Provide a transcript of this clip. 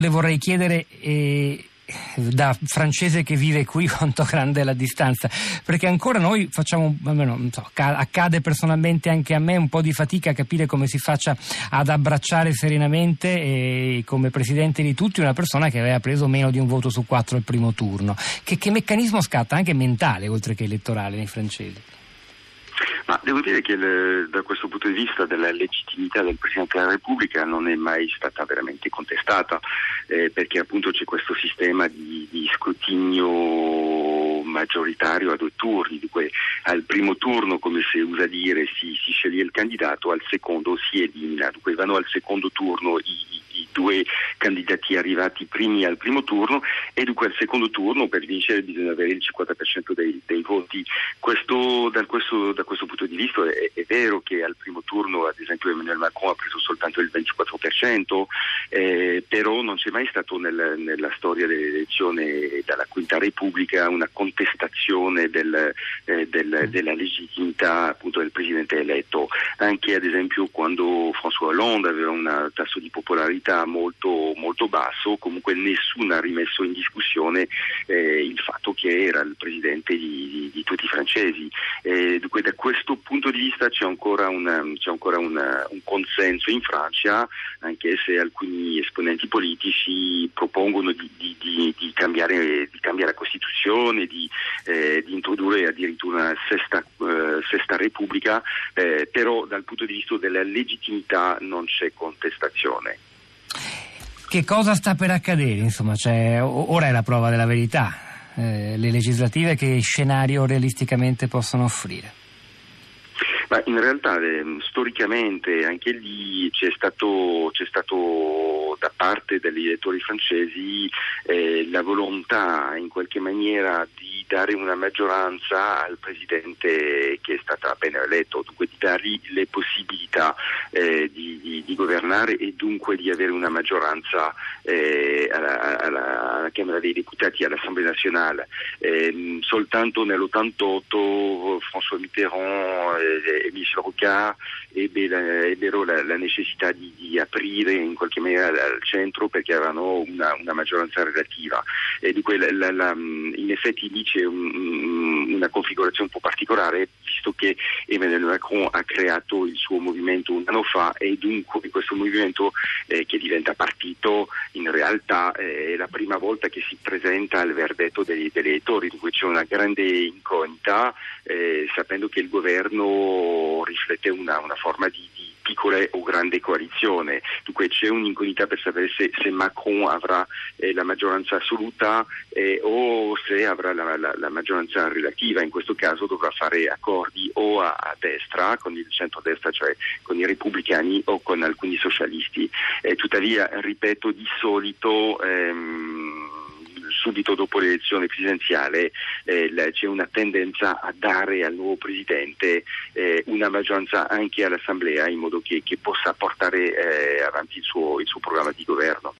Le vorrei chiedere, da francese che vive qui, quanto grande è la distanza, perché ancora noi facciamo, almeno, non so, accade personalmente anche a me, un po' di fatica a capire come si faccia ad abbracciare serenamente e come presidente di tutti una persona che aveva preso meno di un voto su 4 al primo turno. Che meccanismo scatta, anche mentale oltre che elettorale, nei francesi? Ma devo dire che da questo punto di vista della legittimità del Presidente della Repubblica non è mai stata veramente contestata, perché appunto c'è questo sistema di scrutinio maggioritario a 2 turni, dunque al primo turno, come si usa dire, si sceglie il candidato, al secondo si elimina, dunque vanno al secondo turno i 2 candidati arrivati primi al primo turno, e dunque al secondo turno per vincere bisogna avere il 50% dei voti. Da questo punto di vista è vero che al primo turno, ad esempio, Emmanuel Macron ha preso soltanto il 24%, però non c'è mai stato nella storia dell'elezione dalla Quinta Repubblica una contestazione della legittimità appunto del presidente eletto. Anche ad esempio quando François Hollande aveva un tasso di popolarità molto, molto basso, comunque nessuno ha rimesso in discussione il fatto che era il presidente di tutti i francesi. Dunque da questo punto di vista c'è ancora un consenso in Francia, anche se alcuni esponenti politici propongono di cambiare la Costituzione, di introdurre addirittura una sesta Repubblica, però dal punto di vista della legittimità non c'è contestazione. Che cosa sta per accadere? Insomma, ora è la prova della verità. Le legislative, che scenario realisticamente possono offrire? Ma in realtà storicamente anche lì c'è stato da parte degli elettori francesi la volontà in qualche maniera di dare una maggioranza al presidente che è stato appena eletto, dunque di dargli le possibilità di governare e dunque di avere una maggioranza alla Camera dei Deputati, all'Assemblée Nazionale. Soltanto nell'88 François Mitterrand e Michel Rocard ebbero la necessità di aprire in qualche maniera al centro, perché avevano una maggioranza relativa, e dunque in effetti lì c'è una configurazione un po' particolare, visto che Emmanuel Macron ha creato il suo movimento un anno fa, e dunque questo movimento che diventa partito in realtà è la prima volta che si presenta al verdetto degli elettori, dunque c'è una grande incognita, sapendo che il governo riflette una forma di piccola o grande coalizione. Dunque c'è un'incognita per sapere se Macron avrà la maggioranza assoluta o se avrà la maggioranza relativa. In questo caso dovrà fare accordi o a destra, con il centrodestra, cioè con i repubblicani, o con alcuni socialisti. Tuttavia, ripeto, di solito subito dopo l'elezione presidenziale c'è una tendenza a dare al nuovo presidente una maggioranza anche all'Assemblea, in modo che possa portare avanti il suo programma di governo.